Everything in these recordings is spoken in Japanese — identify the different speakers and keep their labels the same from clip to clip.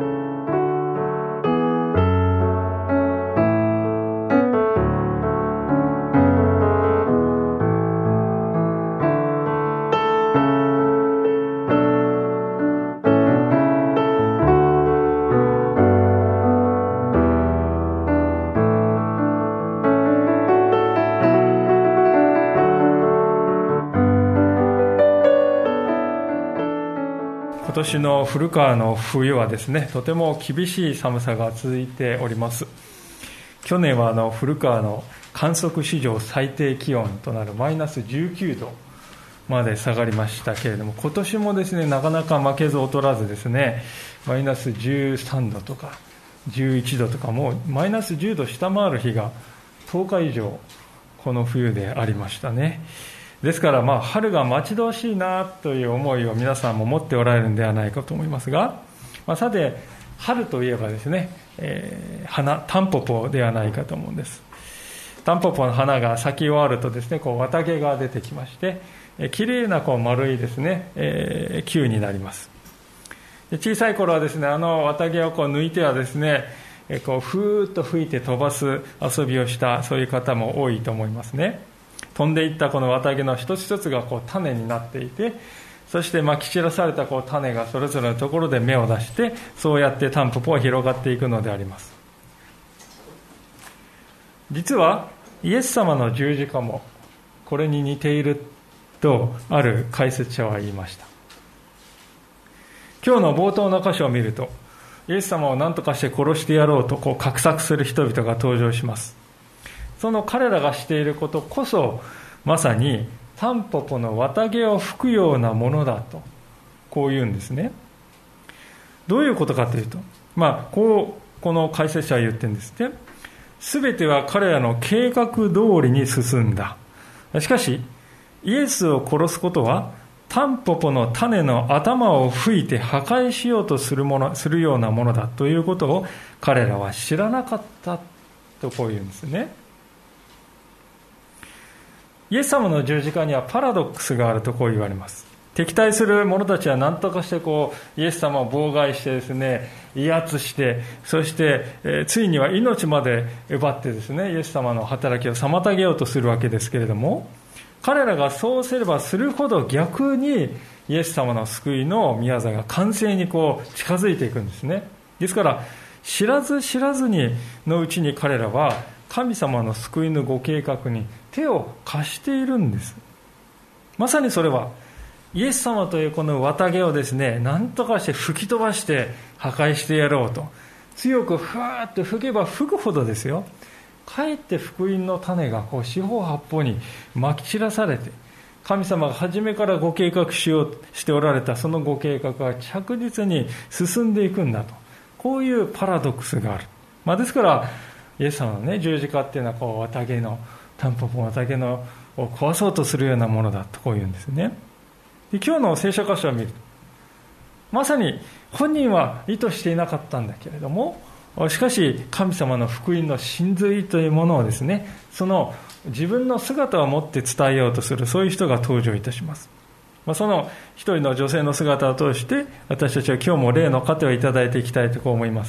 Speaker 1: 今年の古川の冬はですね、とても厳しい寒さが続いております。去年は古川の観測史上最低気温となるマイナス19度まで下がりましたけれども、今年もですね、なかなか負けず劣らずですね、マイナス13度とか11度とか、もうマイナス10度下回る日が10日以上この冬でありましたね。ですから、春が待ち遠しいなという思いを皆さんも持っておられるんではないかと思いますが、さて春といえばですね、花タンポポではないかと思うんです。タンポポの花が咲き終わるとですね、綿毛が出てきまして、きれいな丸いですね、球になります。小さい頃はですね、綿毛を抜いてはですね、ふーっと吹いて飛ばす遊びをした、そういう方も多いと思いますね。飛んでいったこの綿毛の一つ一つが種になっていて、そしてまき散らされた種がそれぞれのところで芽を出して、そうやってタンポポは広がっていくのであります。実はイエス様の十字架もこれに似ているとある解説者は言いました。今日の冒頭の箇所を見ると、イエス様を何とかして殺してやろうと画策する人々が登場します。その彼らがしていることこそ、まさにタンポポの綿毛を吹くようなものだと、こう言うんですね。どういうことかというと、この解説者は言ってるんですね。すべては彼らの計画通りに進んだ。しかしイエスを殺すことは、タンポポの種の頭を吹いて破壊しようとするようなものだということを彼らは知らなかったと、こう言うんですね。イエス様の十字架にはパラドックスがあるとこう言われます。敵対する者たちは何とかしてイエス様を妨害してですね、威圧して、そして、ついには命まで奪ってですね、イエス様の働きを妨げようとするわけですけれども、彼らがそうすればするほど逆にイエス様の救いの御業が完成に近づいていくんですね。ですから知らず知らずにのうちに彼らは神様の救いのご計画に手を貸しているんです。まさにそれはイエス様というこの綿毛をですね、何とかして吹き飛ばして破壊してやろうと強くふわーっと吹けば吹くほどですよ、かえって福音の種が四方八方にまき散らされて、神様が初めからご計画しようとしておられたそのご計画が着実に進んでいくんだと、こういうパラドックスがある。ですからイエス様の十字架っていうのは綿毛のタンポポの綿毛のを壊そうとするようなものだとこう言うんですね。で、今日の聖書箇所を見ると、まさに本人は意図していなかったんだけれども、しかし神様の福音の真髄というものをですね、その自分の姿を持って伝えようとする、そういう人が登場いたします。その一人の女性の姿を通して私たちは今日も霊の糧をいただいていきたいと思います。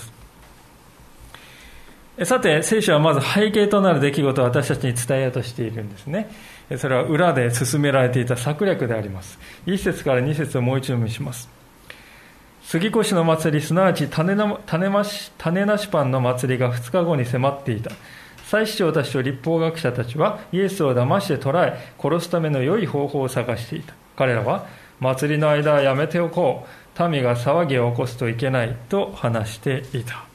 Speaker 1: さて、聖書はまず背景となる出来事を私たちに伝えようとしているんですね。それは裏で進められていた策略であります。1節から2節をもう一度見します。杉越の祭り、すなわち種なしパンの祭りが2日後に迫っていた。祭司長たちと律法学者たちはイエスを騙して捕らえ、殺すための良い方法を探していた。彼らは、祭りの間はやめておこう。民が騒ぎを起こすといけないと話していた。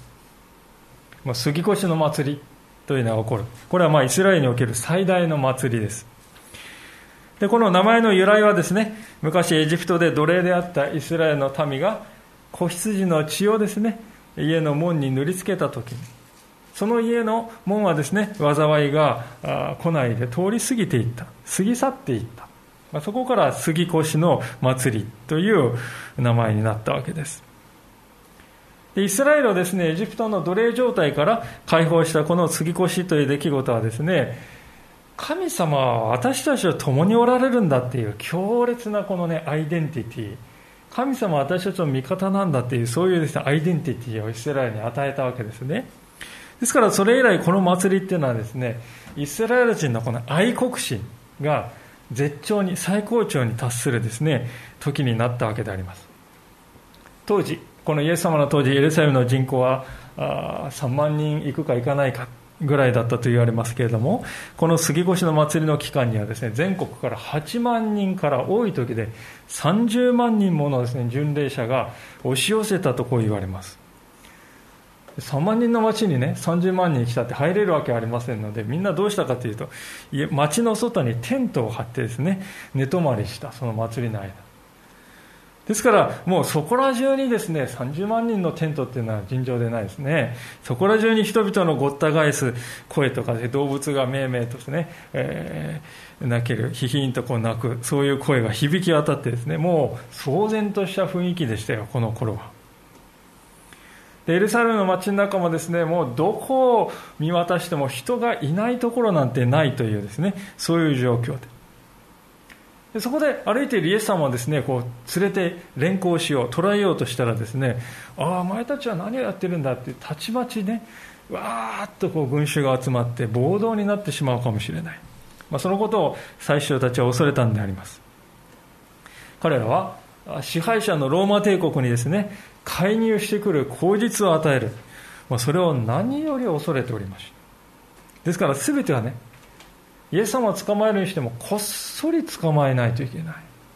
Speaker 1: 杉越の祭りというのが起こる。これはイスラエルにおける最大の祭りです。で、この名前の由来はですね、昔エジプトで奴隷であったイスラエルの民が子羊の血をですね、家の門に塗りつけたときに、その家の門はですね、災いが来ないで通り過ぎていった、過ぎ去っていった。そこから杉越の祭りという名前になったわけです。イスラエルをですね、エジプトの奴隷状態から解放したこの杉越という出来事はですね、神様は私たちと共におられるんだっていう強烈なこのアイデンティティ神様は私たちの味方なんだっていう、そういうですね、アイデンティティをイスラエルに与えたわけですね。ですからそれ以来この祭りっていうのはですね、イスラエル人のこの愛国心が絶頂に、最高潮に達するですね、時になったわけであります。当時、このイエス様の当時、エルサレムの人口は3万人いくかいかないかぐらいだったと言われますけれども、この杉越の祭りの期間にはですね、全国から8万人から多い時で30万人ものですね、巡礼者が押し寄せたとこう言われます。3万人の町にね、30万人来たって入れるわけありませんので、みんなどうしたかというと、町の外にテントを張ってですね、寝泊まりした、その祭りの間。ですからもうそこら中にですね、30万人のテントっていうのは尋常でないですね。そこら中に人々のごった返す声とかで、動物がめいめいとしてね、泣ける、ヒヒンとこう泣く、そういう声が響き渡ってですね、もう騒然とした雰囲気でしたよ、この頃は。でエルサレムの街の中もですね、もうどこを見渡しても人がいないところなんてないというですね、そういう状況で、そこで歩いているイエス様はですね、こう連れて連行しよう、捕らえようとしたらですね、お前たちは何をやってるんだって、たちまちね、わーっとこう群衆が集まって暴動になってしまうかもしれない。そのことを最初たちは恐れたんであります。彼らは支配者のローマ帝国にですね、介入してくる口実を与える、それを何より恐れておりました。ですから全てはね、イエス様を捕まえるにしてもこっそり捕まえないといけない、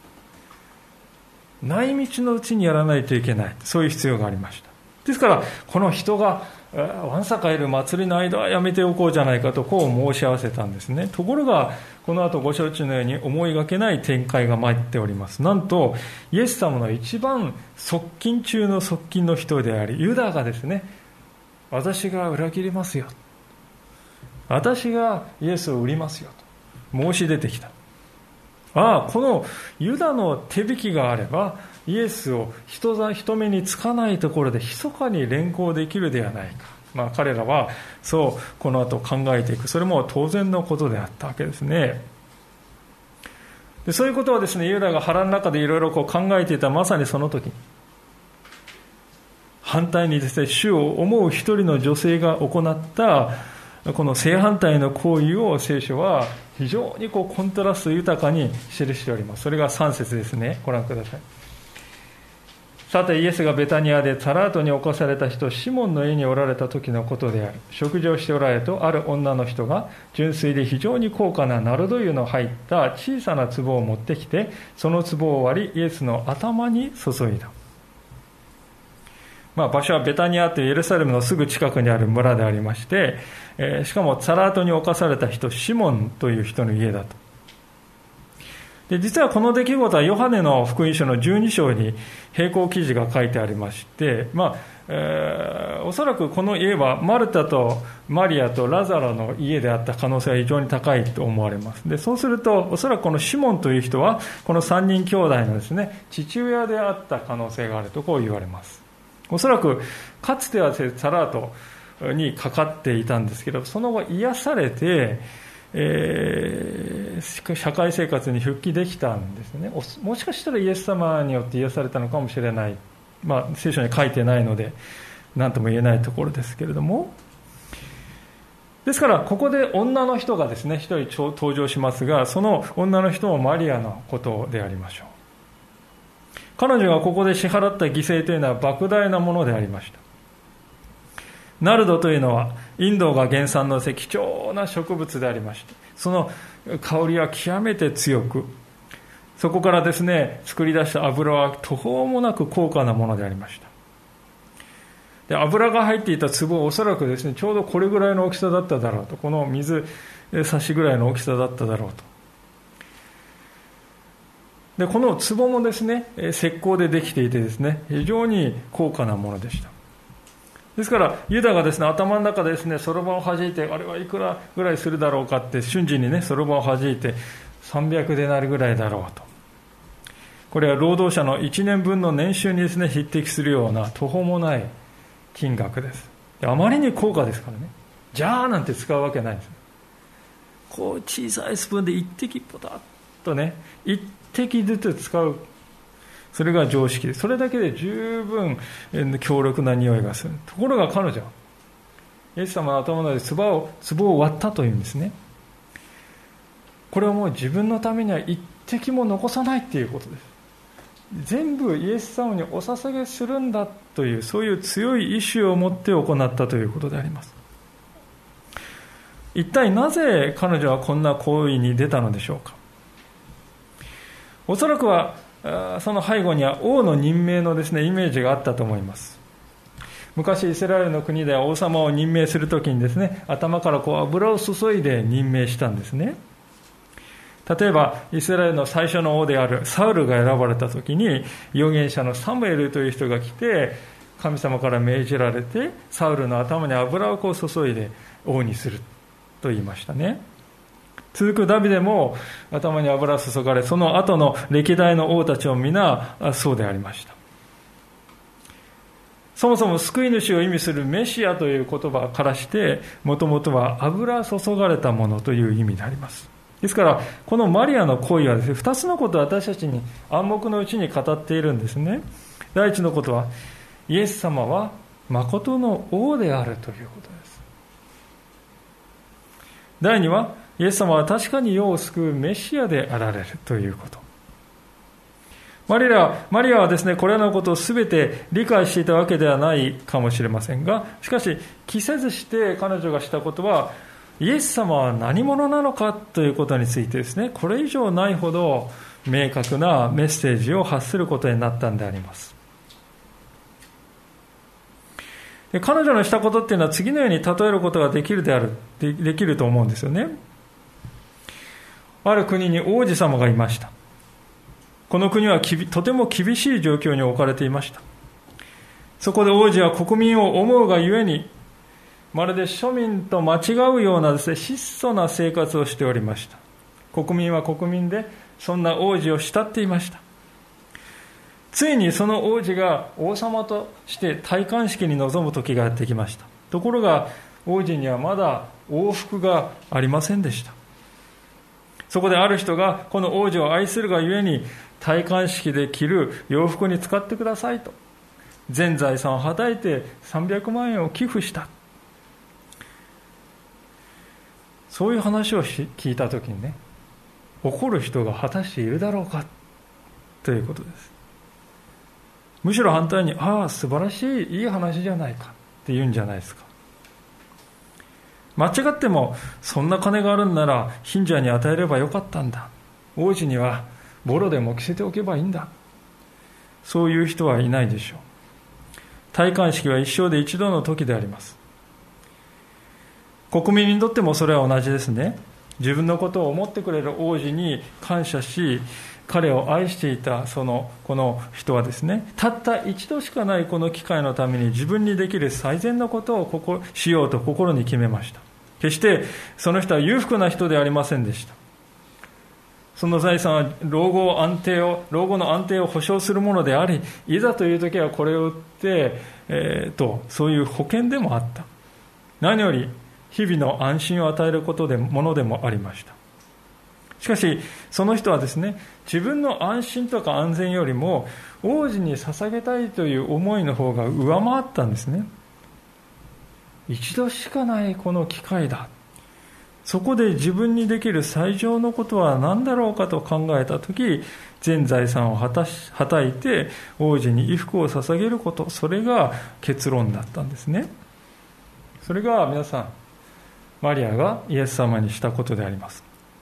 Speaker 1: 内道のうちにやらないといけない、そういう必要がありました。ですからこの人がわんさかいる祭りの間はやめておこうじゃないかとこう申し合わせたんですね。ところがこの後ご承知のように思いがけない展開が待っております。なんとイエス様の一番側近中の側近の人でありユダがですね、私が裏切りますよ、私がイエスを売りますよと申し出てきた。このユダの手引きがあればイエスを人目につかないところで密かに連行できるではないか。彼らはそうこの後考えていく。それも当然のことであったわけですね。でそういうことをですね、ユダが腹の中でいろいろ考えていたまさにその時に、反対にですね、主を思う一人の女性が行ったこの正反対の行為を聖書は非常にコントラスト豊かに記しております。それが3節ですね。ご覧ください。さてイエスがベタニアでサラートに侵された人シモンの家におられた時のことである。食事をしておられると、ある女の人が純粋で非常に高価なナルド油の入った小さな壺を持ってきて、その壺を割りイエスの頭に注いだ。場所はベタニアというエルサレムのすぐ近くにある村でありまして、しかもサラートに侵された人シモンという人の家だと。で実はこの出来事はヨハネの福音書の12章に並行記事が書いてありまして、おそらくこの家はマルタとマリアとラザロの家であった可能性は非常に高いと思われます。でそうするとおそらくこのシモンという人はこの3人兄弟のですね、父親であった可能性があるとこう言われます。おそらくかつてはサラートにかかっていたんですけど、その後癒されて、社会生活に復帰できたんですね。もしかしたらイエス様によって癒されたのかもしれない、聖書に書いてないので何とも言えないところですけれども、ですからここで女の人がですね一人登場しますが、その女の人もマリアのことでありましょう。彼女がここで支払った犠牲というのは莫大なものでありました。ナルドというのはインドが原産の貴重な植物でありまして、その香りは極めて強く、そこからですね作り出した油は途方もなく高価なものでありました。で油が入っていた壺はおそらくですねちょうどこれぐらいの大きさだっただろうと、この水差しぐらいの大きさだっただろうと。でこの壺もですね石膏でできていてですね非常に高価なものでした。ですからユダがですね頭の中でですねそろばんを弾いて、あれはいくらぐらいするだろうかって瞬時にねそろばんを弾いて300デナリぐらいだろうと。これは労働者の1年分の年収にですね匹敵するような途方もない金額です。であまりに高価ですからね、じゃあなんて使うわけないんです。こう小さいスプーンで一滴ポタッとね一滴ずつ使う、 それが常識で、それだけで十分強力な匂いがする。ところが彼女はイエス様の頭の上で壺を割ったというんですね。これはもう自分のためには一滴も残さないということです。全部イエス様にお捧げするんだという、そういう強い意志を持って行ったということであります。一体なぜ彼女はこんな行為に出たのでしょうか。おそらくはその背後には王の任命のですね、イメージがあったと思います。昔イスラエルの国では王様を任命するときにですね、頭から油を注いで任命したんですね。例えばイスラエルの最初の王であるサウルが選ばれたときに、預言者のサムエルという人が来て、神様から命じられてサウルの頭に油を注いで王にすると言いましたね。続くダビデも頭に油注がれ、その後の歴代の王たちも皆そうでありました。そもそも救い主を意味するメシアという言葉からして、もともとは油注がれたものという意味であります。ですからこのマリアの行為はですね、2つのことを私たちに暗黙のうちに語っているんですね。第一のことは、イエス様は誠の王であるということです。第二は、イエス様は確かに世を救うメシアであられるということ。マリアはですね、これらのことを全て理解していたわけではないかもしれませんが、しかし期せずして彼女がしたことは、イエス様は何者なのかということについてですね、これ以上ないほど明確なメッセージを発することになったんであります。で、彼女のしたことっていうのは次のように例えることができると思うんですよね。ある国に王子様がいました。この国はとても厳しい状況に置かれていました。そこで王子は国民を思うがゆえに、まるで庶民と間違うようなですね、質素な生活をしておりました。国民は国民でそんな王子を慕っていました。ついにその王子が王様として戴冠式に臨む時がやってきました。ところが王子にはまだ王服がありませんでした。そこである人がこの王子を愛するがゆえに、戴冠式で着る洋服に使ってくださいと全財産をはたいて300万円を寄付した。そういう話を聞いたときにね、怒る人が果たしているだろうかということです。むしろ反対に、ああ素晴らしいいい話じゃないかって言うんじゃないですか。間違っても、そんな金があるんなら貧者に与えればよかったんだ、王子にはボロでも着せておけばいいんだ、そういう人はいないでしょう。戴冠式は一生で一度の時であります。国民にとってもそれは同じですね。自分のことを思ってくれる王子に感謝し、彼を愛していたこの人はですね、たった一度しかないこの機会のために自分にできる最善のことをしようと心に決めました。決してその人は裕福な人ではありませんでした。その財産は老後の安定を保証するものであり、いざという時はこれを売って、そういう保険でもあった。何より日々の安心を与えるものでもありました。しかしその人はですね、自分の安心とか安全よりも王子に捧げたいという思いの方が上回ったんですね。一度しかないこの機会だ、そこで自分にできる最上のことは何だろうかと考えたとき、全財産をはたいて王子に衣服を捧げること、それが結論だったんですね。それが皆さん、マリアがイエス様にしたことであります。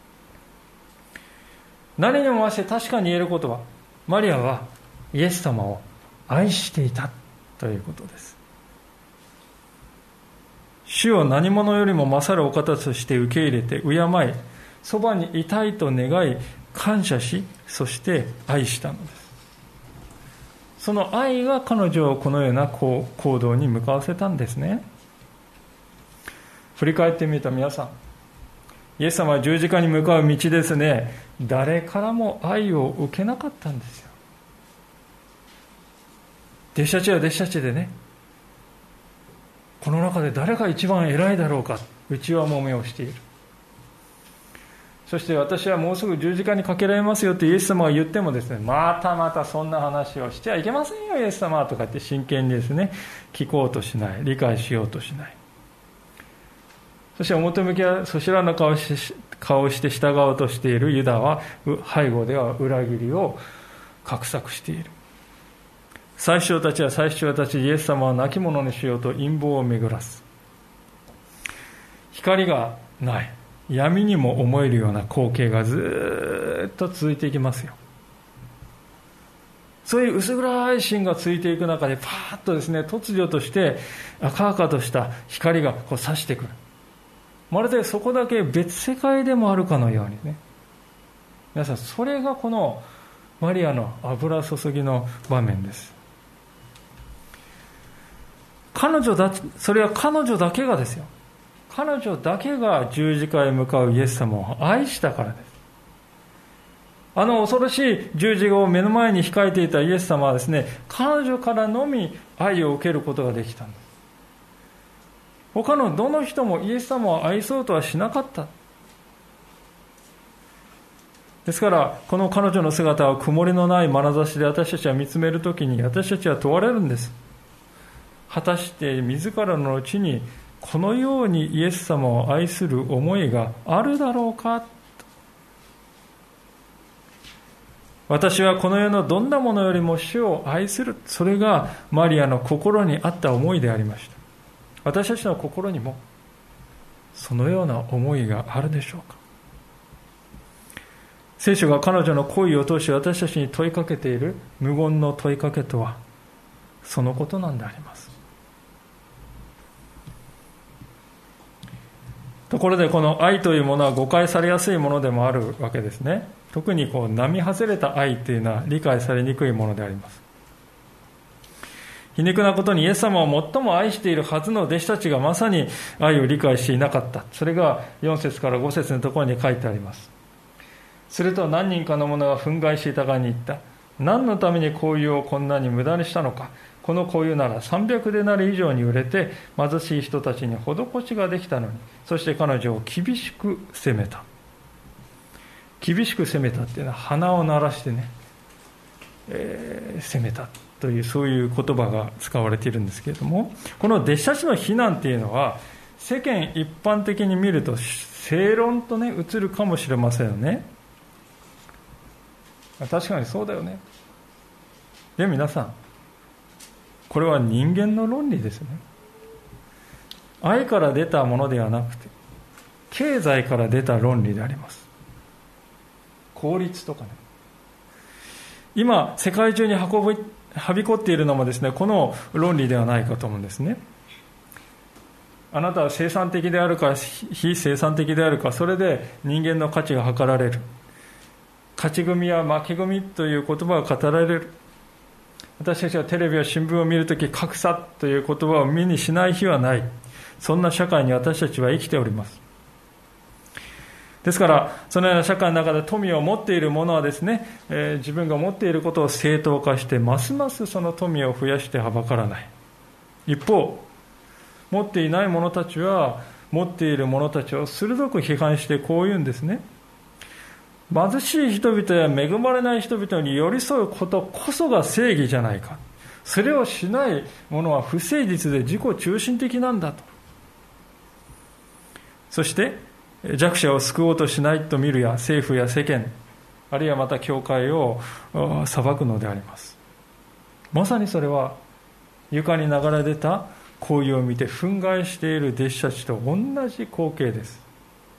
Speaker 1: 何にも増して確かに言えることは、マリアはイエス様を愛していたということです。主を何者よりも勝るお方として受け入れて敬い、そばにいたいと願い、感謝し、そして愛したのです。その愛が彼女をこのような行動に向かわせたんですね。振り返ってみると皆さん、イエス様は十字架に向かう道ですね、誰からも愛を受けなかったんですよ。弟子たちは弟子たちでね、この中で誰が一番偉いだろうか、内輪もめをしている。 そして私はもうすぐ十字架にかけられますよとイエス様が言ってもですね、またそんな話をしちゃいけませんよイエス様とかって真剣にですね、聞こうとしない、理解しようとしない。そして表向きはそしらの顔をして従おうとしているユダは背後では裏切りを画策している。最初たちはイエス様を亡き者にしようと陰謀を巡らす。光がない、闇にも思えるような光景がずっと続いていきますよ。そういう薄暗いシーンが続いていく中でパーッとですね、突如として赤々とした光がこう差してくる。まるでそこだけ別世界でもあるかのようにね。皆さん、それがこのマリアの油注ぎの場面です。それは彼女だけがですよ。彼女だけが十字架へ向かうイエス様を愛したからです。あの恐ろしい十字架を目の前に控えていたイエス様はですね、彼女からのみ愛を受けることができたんです。他のどの人もイエス様を愛そうとはしなかった。ですからこの彼女の姿を曇りのない眼差しで私たちは見つめるときに、私たちは問われるんです。果たして自らのうちにこのようにイエス様を愛する思いがあるだろうか。私はこの世のどんなものよりも主を愛する。それがマリアの心にあった思いでありました。私たちの心にもそのような思いがあるでしょうか。聖書が彼女の恋を通し私たちに問いかけている無言の問いかけとはそのことなんであります。ところでこの愛というものは誤解されやすいものでもあるわけですね。特に並外れた愛というのは理解されにくいものであります。皮肉なことにイエス様を最も愛しているはずの弟子たちがまさに愛を理解していなかった。それが4節から5節のところに書いてあります。すると何人かの者が憤慨していたがに言った。何のために香油をこんなに無駄にしたのか。この香油なら300デナリ以上に売れて貧しい人たちに施しができたのに。そして彼女を厳しく責めた。厳しく責めたっていうのは鼻を鳴らしてね、責めたというそういう言葉が使われているんですけれども、この弟子たちの非難っていうのは世間一般的に見ると正論とね映るかもしれませんよね。確かにそうだよね。で皆さん、これは人間の論理ですね。愛から出たものではなくて経済から出た論理であります。効率とかね、今世界中にはびこっているのもですね、この論理ではないかと思うんですね。あなたは生産的であるか非生産的であるか、それで人間の価値が測られる。勝ち組や負け組という言葉が語られる。私たちはテレビや新聞を見るとき、格差という言葉を目にしない日はない。そんな社会に私たちは生きております。ですからそのような社会の中で富を持っている者はですね、自分が持っていることを正当化してますますその富を増やしてはばからない。一方持っていない者たちは持っている者たちを鋭く批判してこう言うんですね。貧しい人々や恵まれない人々に寄り添うことこそが正義じゃないか。それをしない者は不誠実で自己中心的なんだと。そして弱者を救おうとしないと見るや政府や世間、あるいはまた教会を裁くのであります。まさにそれは床に流れ出た香油を見て憤慨している弟子たちと同じ光景です。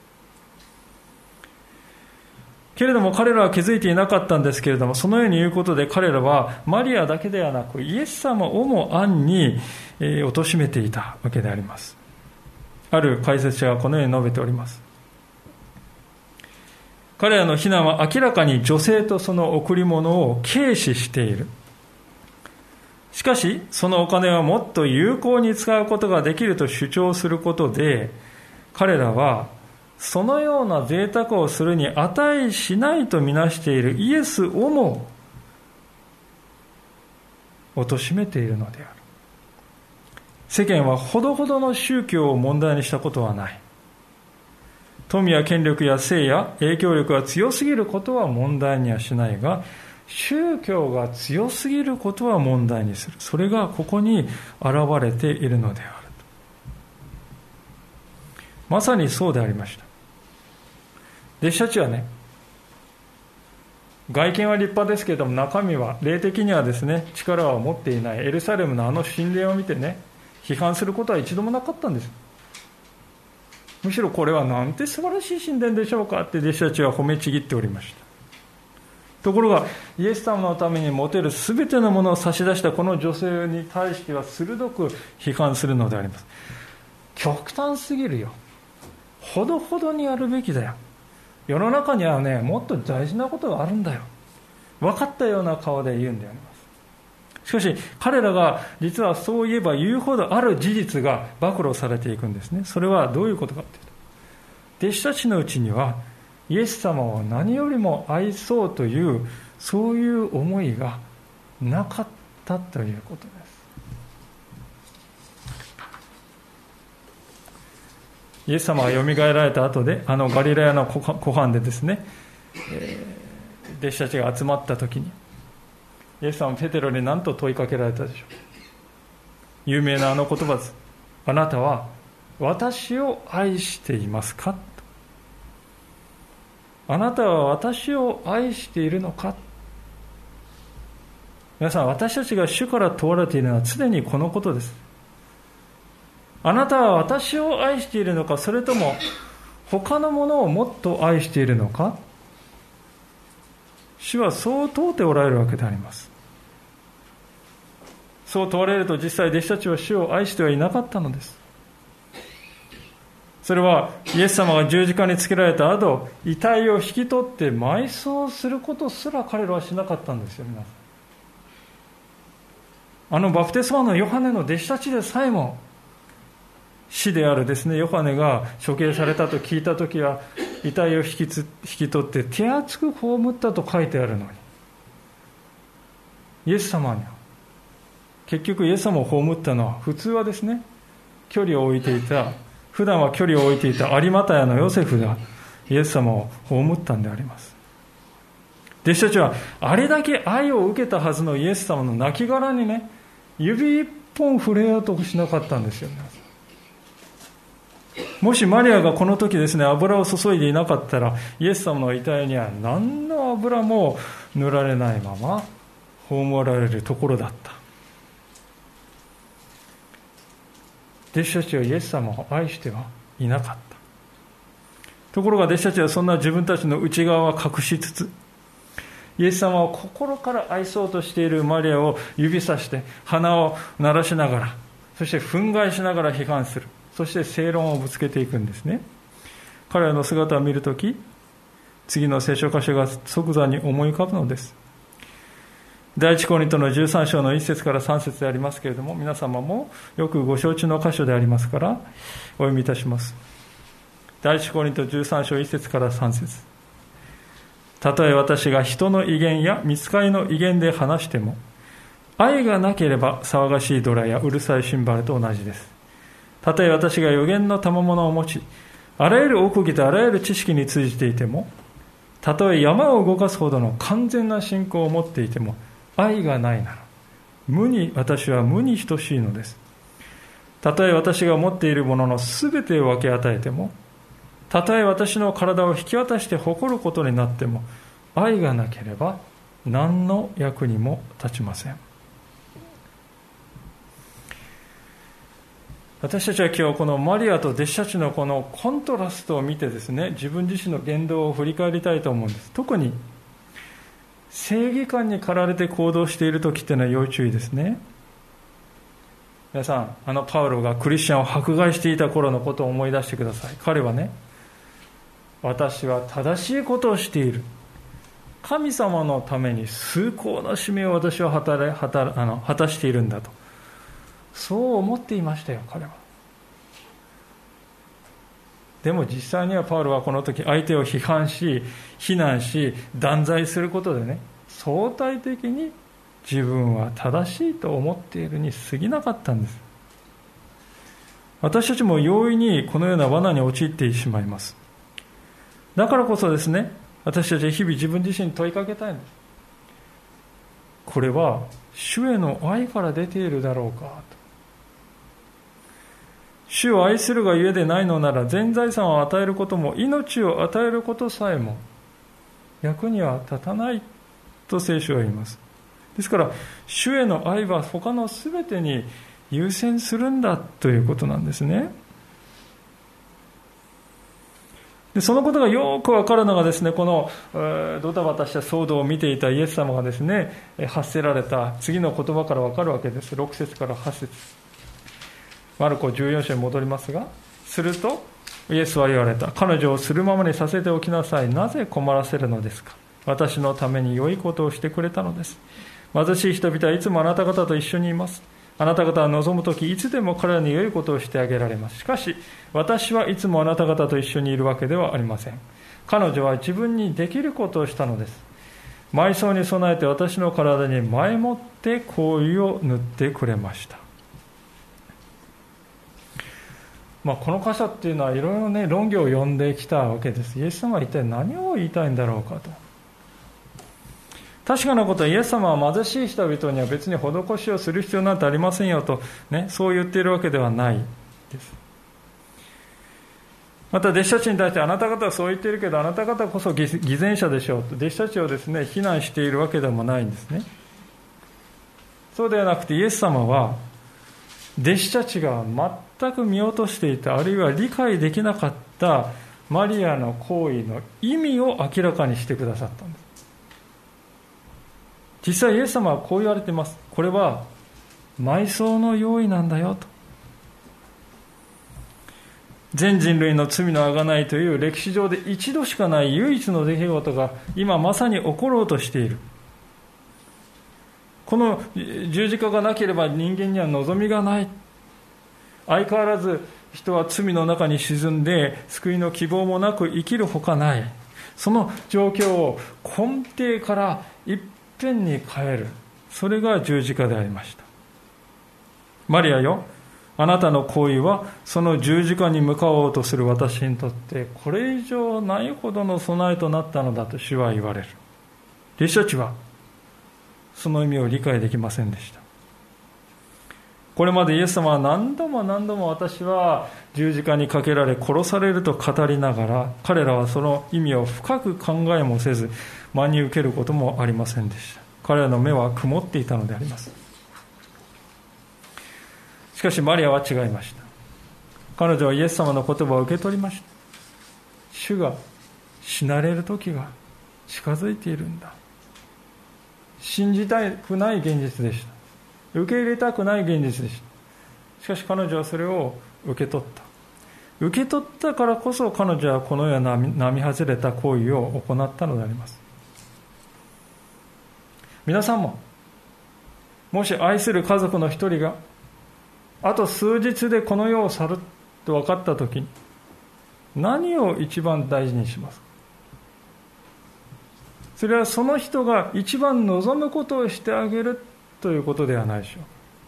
Speaker 1: けれども彼らは気づいていなかったんですけれども、そのように言うことで彼らはマリアだけではなくイエス様をも暗に貶めていたわけであります。ある解説者はこのように述べております。彼らの非難は明らかに女性とその贈り物を軽視している。しかしそのお金はもっと有効に使うことができると主張することで、彼らはそのような贅沢をするに値しないとみなしているイエスをも貶めているのである。世間はほどほどの宗教を問題にしたことはない。 富や権力や性や影響力が強すぎることは問題にはしないが、宗教が強すぎることは問題にする。それがここに現れているのである。まさにそうでありました。弟子たちはね、外見は立派ですけれども、中身は霊的にはですね、力は持っていないエルサレムのあの神殿を見てね、批判することは一度もなかったんです。むしろこれはなんて素晴らしい神殿でしょうかって弟子たちは褒めちぎっておりました。ところがイエス様のために持てるすべてのものを差し出したこの女性に対しては鋭く批判するのであります。極端すぎるよ。ほどほどにやるべきだよ。世の中にはね、もっと大事なことがあるんだよ。分かったような顔で言うんであります。しかし彼らが実はそう言えば言うほどある事実が暴露されていくんですね。それはどういうことかというと、弟子たちのうちにはイエス様を何よりも愛そうというそういう思いがなかったということです。イエス様がよみがえられた後で、ガリラヤの湖畔でですね、弟子たちが集まった時にイエス様はペテロに何と問いかけられたでしょう。有名な言葉です。あなたは私を愛していますか？あなたは私を愛しているのか？皆さん、私たちが主から問われているのは常にこのことです。あなたは私を愛しているのか、それとも他のものをもっと愛しているのか？主はそう問うておられるわけであります。そう問われると、実際弟子たちは主を愛してはいなかったのです。それはイエス様が十字架につけられた後、遺体を引き取って埋葬することすら彼らはしなかったんですよ。皆さん、バプテスマのヨハネの弟子たちでさえも、死であるですね、ヨハネが処刑されたと聞いたときは、遺体を引き取って手厚く葬ったと書いてあるのに、イエス様には、結局イエス様を葬ったのは、普通はですね、普段は距離を置いていた有股屋のヨセフがイエス様を葬ったんであります。弟子たちはあれだけ愛を受けたはずのイエス様の亡骸にね、指一本触れようとしなかったんですよ。もしマリアがこの時ですね、油を注いでいなかったら、イエス様の遺体には何の油も塗られないまま葬られるところだった。弟子たちはイエス様を愛してはいなかった。ところが弟子たちはそんな自分たちの内側は隠しつつ、イエス様を心から愛そうとしているマリアを指さして鼻を鳴らしながら、そして憤慨しながら批判する。そして正論をぶつけていくんですね。彼らの姿を見るとき、次の聖書箇所が即座に思い浮かぶのです。第一コリントの13章の1節から3節でありますけれども、皆様もよくご承知の箇所でありますからお読みいたします。第一コリント13章1節から3節。たとえ私が人の威厳や御使いの威厳で話しても、愛がなければ騒がしいドラやうるさいシンバルと同じです。たとえ私が預言の賜物を持ち、あらゆる奥義とあらゆる知識に通じていても、たとえ山を動かすほどの完全な信仰を持っていても、愛がないなら私は無に等しいのです。たとえ私が持っているもののすべてを分け与えても、たとえ私の体を引き渡して誇ることになっても、愛がなければ何の役にも立ちません。私たちは今日このマリアと弟子たちのこのコントラストを見てですね、自分自身の言動を振り返りたいと思うんです。特に正義感に駆られて行動している時っていうのは要注意ですね。皆さん、パウロがクリスチャンを迫害していた頃のことを思い出してください。彼はね、私は正しいことをしている。神様のために崇高な使命を私は果たしているんだと。そう思っていましたよ、彼は。でも実際にはパウロはこの時相手を批判し、非難し、断罪することでね、相対的に自分は正しいと思っているに過ぎなかったんです。私たちも容易にこのような罠に陥ってしまいます。 だからこそですね、私たちは日々自分自身に問いかけたいんです。これは主への愛から出ているだろうかと。主を愛するがゆえでないのなら、全財産を与えることも命を与えることさえも役には立たないと聖書は言います。ですから主への愛は他のすべてに優先するんだということなんですね。でそのことがよくわかるのがですね、このドタバタした騒動を見ていたイエス様がですね、発せられた次の言葉からわかるわけです。6節から8節、マルコ14章に戻りますが、するとイエスは言われた。彼女をするままにさせておきなさい。なぜ困らせるのですか。私のために良いことをしてくれたのです。貧しい人々はいつもあなた方と一緒にいます。あなた方は望むときいつでも彼らに良いことをしてあげられます。しかし私はいつもあなた方と一緒にいるわけではありません。彼女は自分にできることをしたのです。埋葬に備えて私の体に前もって香油を塗ってくれました。この箇所っていうのはいろいろね、論議を呼んできたわけです。イエス様は一体何を言いたいんだろうかと。確かなことはイエス様は貧しい人々には別に施しをする必要なんてありませんよと、そう言っているわけではないです。また弟子たちに対して、あなた方はそう言っているけどあなた方こそ偽善者でしょうと弟子たちをですね非難しているわけでもないんですね。そうではなくて、イエス様は弟子たちが全く見落としていた、あるいは理解できなかったマリアの行為の意味を明らかにしてくださったんです。実際イエス様はこう言われています。これは埋葬の用意なんだよと。全人類の罪の贖いという歴史上で一度しかない唯一の出来事が今まさに起ころうとしている。この十字架がなければ人間には望みがない。相変わらず人は罪の中に沈んで救いの希望もなく生きるほかない。その状況を根底から一遍に変える。それが十字架でありました。マリアよ、あなたの行為はその十字架に向かおうとする私にとってこれ以上ないほどの備えとなったのだと主は言われる。弟子たちはその意味を理解できませんでした。これまでイエス様は何度も私は十字架にかけられ殺されると語りながら、彼らはその意味を深く考えもせず真に受けることもありませんでした。彼らの目は曇っていたのであります。しかしマリアは違いました。彼女はイエス様の言葉を受け取りました。主が死なれる時が近づいているんだ。信じたくない現実でした。受け入れたくない現実でした。しかし彼女はそれを受け取った。受け取ったからこそ彼女はこのような並外れた行為を行ったのであります。皆さんももし愛する家族の一人があと数日でこの世を去ると分かったときに何を一番大事にしますか。それはその人が一番望むことをしてあげるということではないでしょう。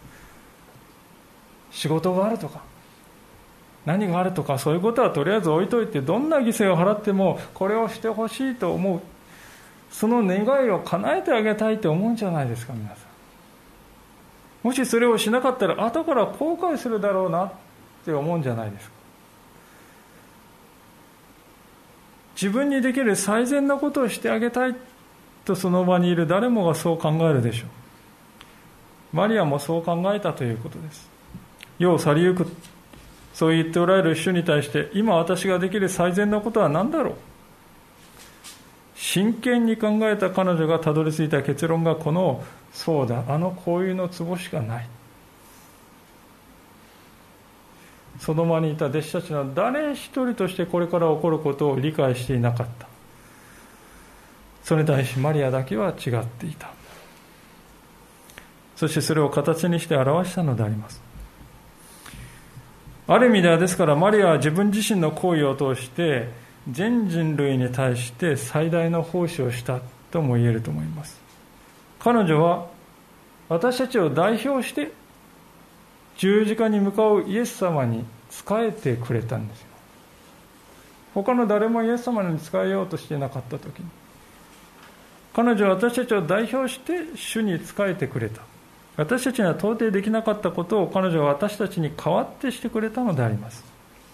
Speaker 1: 仕事があるとか何があるとか、そういうことはとりあえず置いといて、どんな犠牲を払ってもこれをしてほしいと思う、その願いを叶えてあげたいと思うんじゃないですか。皆さん、もしそれをしなかったら後から後悔するだろうなって思うんじゃないですか。自分にできる最善なことをしてあげたいとその場にいる誰もがそう考えるでしょう。マリアもそう考えたということです。世を去りゆく、そう言っておられる主に対して、今私ができる最善なことは何だろう。真剣に考えた彼女がたどり着いた結論がそうだ、あの香油の壺しかない。その場にいた弟子たちの誰一人としてこれから起こることを理解していなかった。それに対しマリアだけは違っていた。そしてそれを形にして表したのであります。ある意味ではですからマリアは自分自身の行為を通して全人類に対して最大の奉仕をしたとも言えると思います。彼女は私たちを代表して十字架に向かうイエス様に仕えてくれたんですよ。 他の誰もイエス様に仕えようとしていなかったときに、彼女は私たちを代表して主に仕えてくれた。私たちには到底できなかったことを彼女は私たちに代わってしてくれたのであります。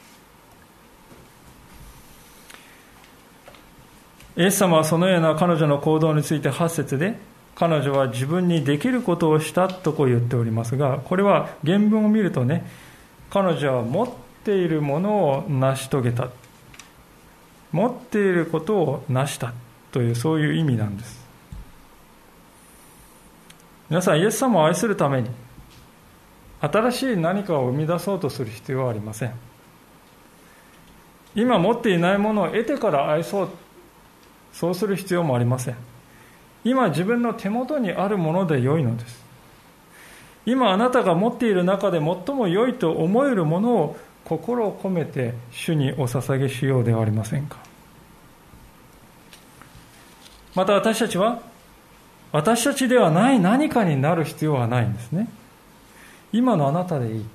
Speaker 1: イエス様はそのような彼女の行動について8節で、彼女は自分にできることをしたとこう言っておりますが、これは原文を見るとね、彼女は持っているものを成し遂げた、持っていることを成したという、そういう意味なんです。皆さん、イエス様を愛するために新しい何かを生み出そうとする必要はありません。今持っていないものを得てから愛そう、そうする必要もありません。今自分の手元にあるもので良いのです。今あなたが持っている中で最も良いと思えるものを心を込めて主にお捧げしようではありませんか。また私たちは私たちではない何かになる必要はないんですね。今のあなたでいい。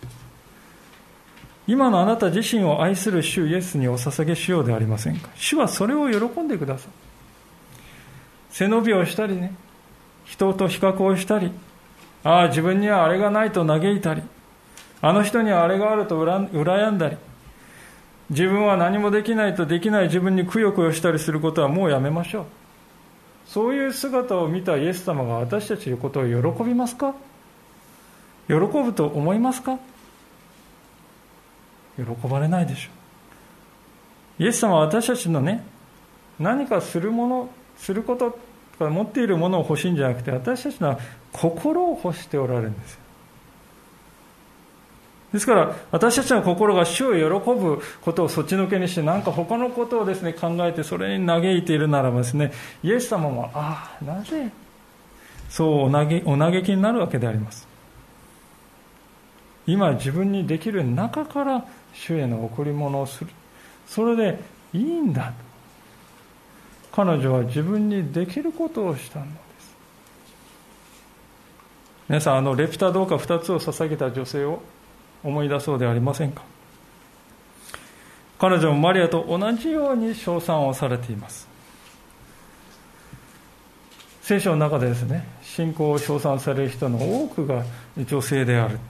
Speaker 1: 今のあなた自身を愛する主イエスにお捧げしようではありませんか。主はそれを喜んでください。背伸びをしたりね、人と比較をしたり、自分にはあれがないと嘆いたり、あの人にはあれがあると羨んだり、自分は何もできないとできない自分にくよくよしたりすることはもうやめましょう。そういう姿を見たイエス様が私たちのことを喜びますか？喜ぶと思いますか？喜ばれないでしょう。イエス様は私たちのね、何かすることとか持っているものを欲しいんじゃなくて、私たちの心を欲しておられるんですよ。ですから私たちの心が主を喜ぶことをそっちのけにして、何か他のことをですね考えてそれに嘆いているならばですね、イエス様もなぜそうお嘆きになるわけであります。今自分にできる中から主への贈り物をする、それでいいんだと。彼女は自分にできることをしたのです。皆さん、レプタ銅貨2つを捧げた女性を思い出そうではありませんか。彼女もマリアと同じように称賛をされています。聖書の中でですね、信仰を称賛される人の多くが女性である。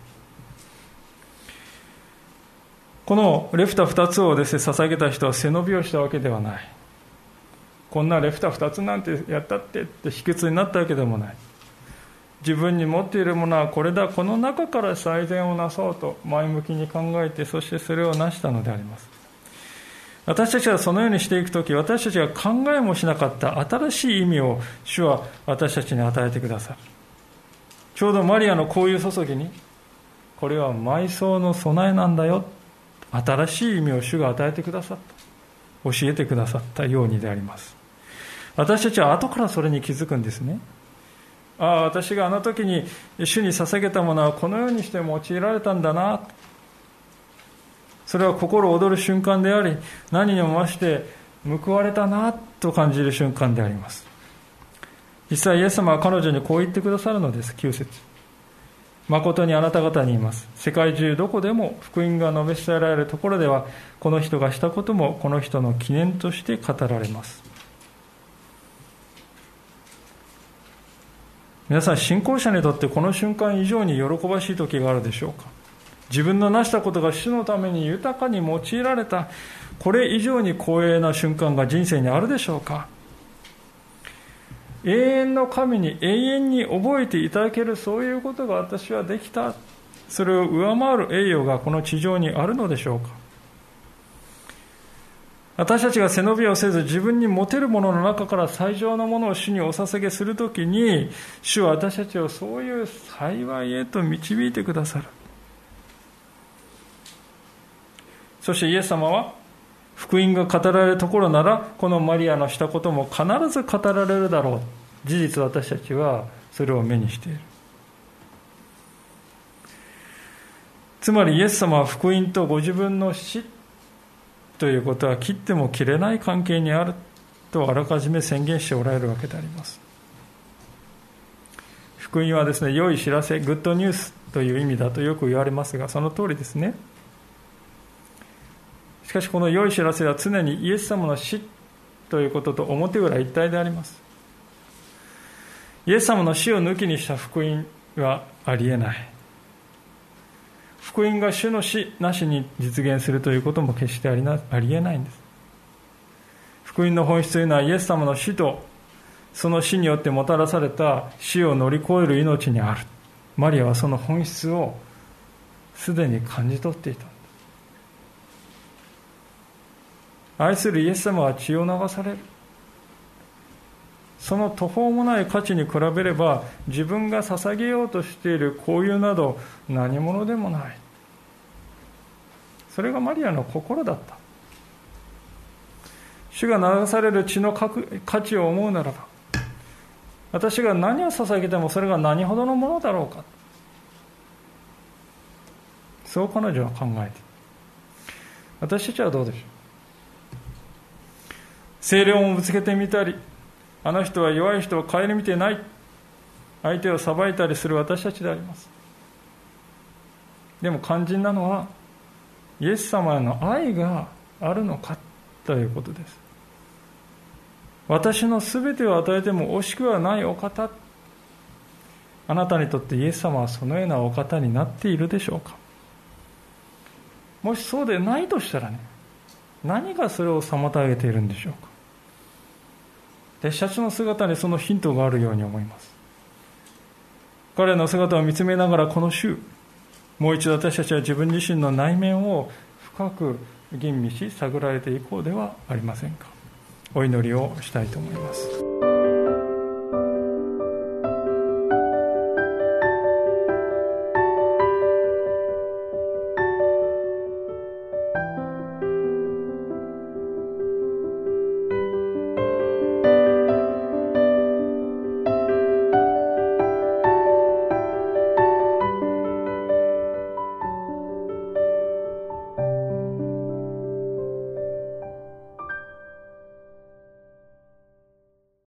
Speaker 1: このレプタ2つをですね捧げた人は背伸びをしたわけではない。こんなレプタ2つなんてやったって卑屈になったわけでもない。自分に持っているものはこれだ、この中から最善をなそうと前向きに考えて、そしてそれを成したのであります。私たちはそのようにしていくとき、私たちが考えもしなかった新しい意味を主は私たちに与えてくださる。ちょうどマリアのこういう注ぎに、これは埋葬の備えなんだよ、新しい意味を主が与えてくださった、教えてくださったようにであります。私たちは後からそれに気づくんですね。私があの時に主に捧げたものはこのようにして用いられたんだな。それは心躍る瞬間であり、何にも増して報われたなと感じる瞬間であります。実際イエス様は彼女にこう言ってくださるのです。9節。誠にあなた方に言います。世界中どこでも福音が述べ伝えられるところでは、この人がしたこともこの人の記念として語られます。皆さん、信仰者にとってこの瞬間以上に喜ばしい時があるでしょうか。自分の成したことが主のために豊かに用いられた、これ以上に光栄な瞬間が人生にあるでしょうか。永遠の神に永遠に覚えていただける、そういうことが私はできた、それを上回る栄誉がこの地上にあるのでしょうか。私たちが背伸びをせず自分に持てるものの中から最上のものを主にお捧げするときに、主は私たちをそういう幸いへと導いてくださる。そしてイエス様は福音が語られるところなら、このマリアのしたことも必ず語られるだろう。事実私たちはそれを目にしている。つまりイエス様は福音とご自分の死ということは切っても切れない関係にあるとあらかじめ宣言しておられるわけであります。福音はですね、良い知らせ、グッドニュースという意味だとよく言われますが、その通りですね。 しかしこの良い知らせは常にイエス様の死ということと表裏一体であります。イエス様の死を抜きにした福音はありえない。福音が主の死なしに実現するということも決してありえないんです。福音の本質というのはイエス様の死とその死によってもたらされた死を乗り越える命にある。マリアはその本質をすでに感じ取っていた。愛するイエス様は血を流される。その途方もない価値に比べれば自分が捧げようとしている交友など何者でもない。それがマリアの心だった。主が流される血の価値を思うならば、私が何を捧げてもそれが何ほどのものだろうか、そう彼女は考えている。私たちはどうでしょう。正論をぶつけてみたり、あの人は弱い人を顧みてない、相手を裁いたりする私たちであります。でも肝心なのはイエス様への愛があるのかということです。私のすべてを与えても惜しくはないお方、あなたにとってイエス様はそのようなお方になっているでしょうか。もしそうでないとしたらね、何がそれを妨げているんでしょうか。弟子たちの姿にそのヒントがあるように思います。彼の姿を見つめながらこの週、もう一度私たちは自分自身の内面を深く吟味し探られていこうではありませんか。お祈りをしたいと思います。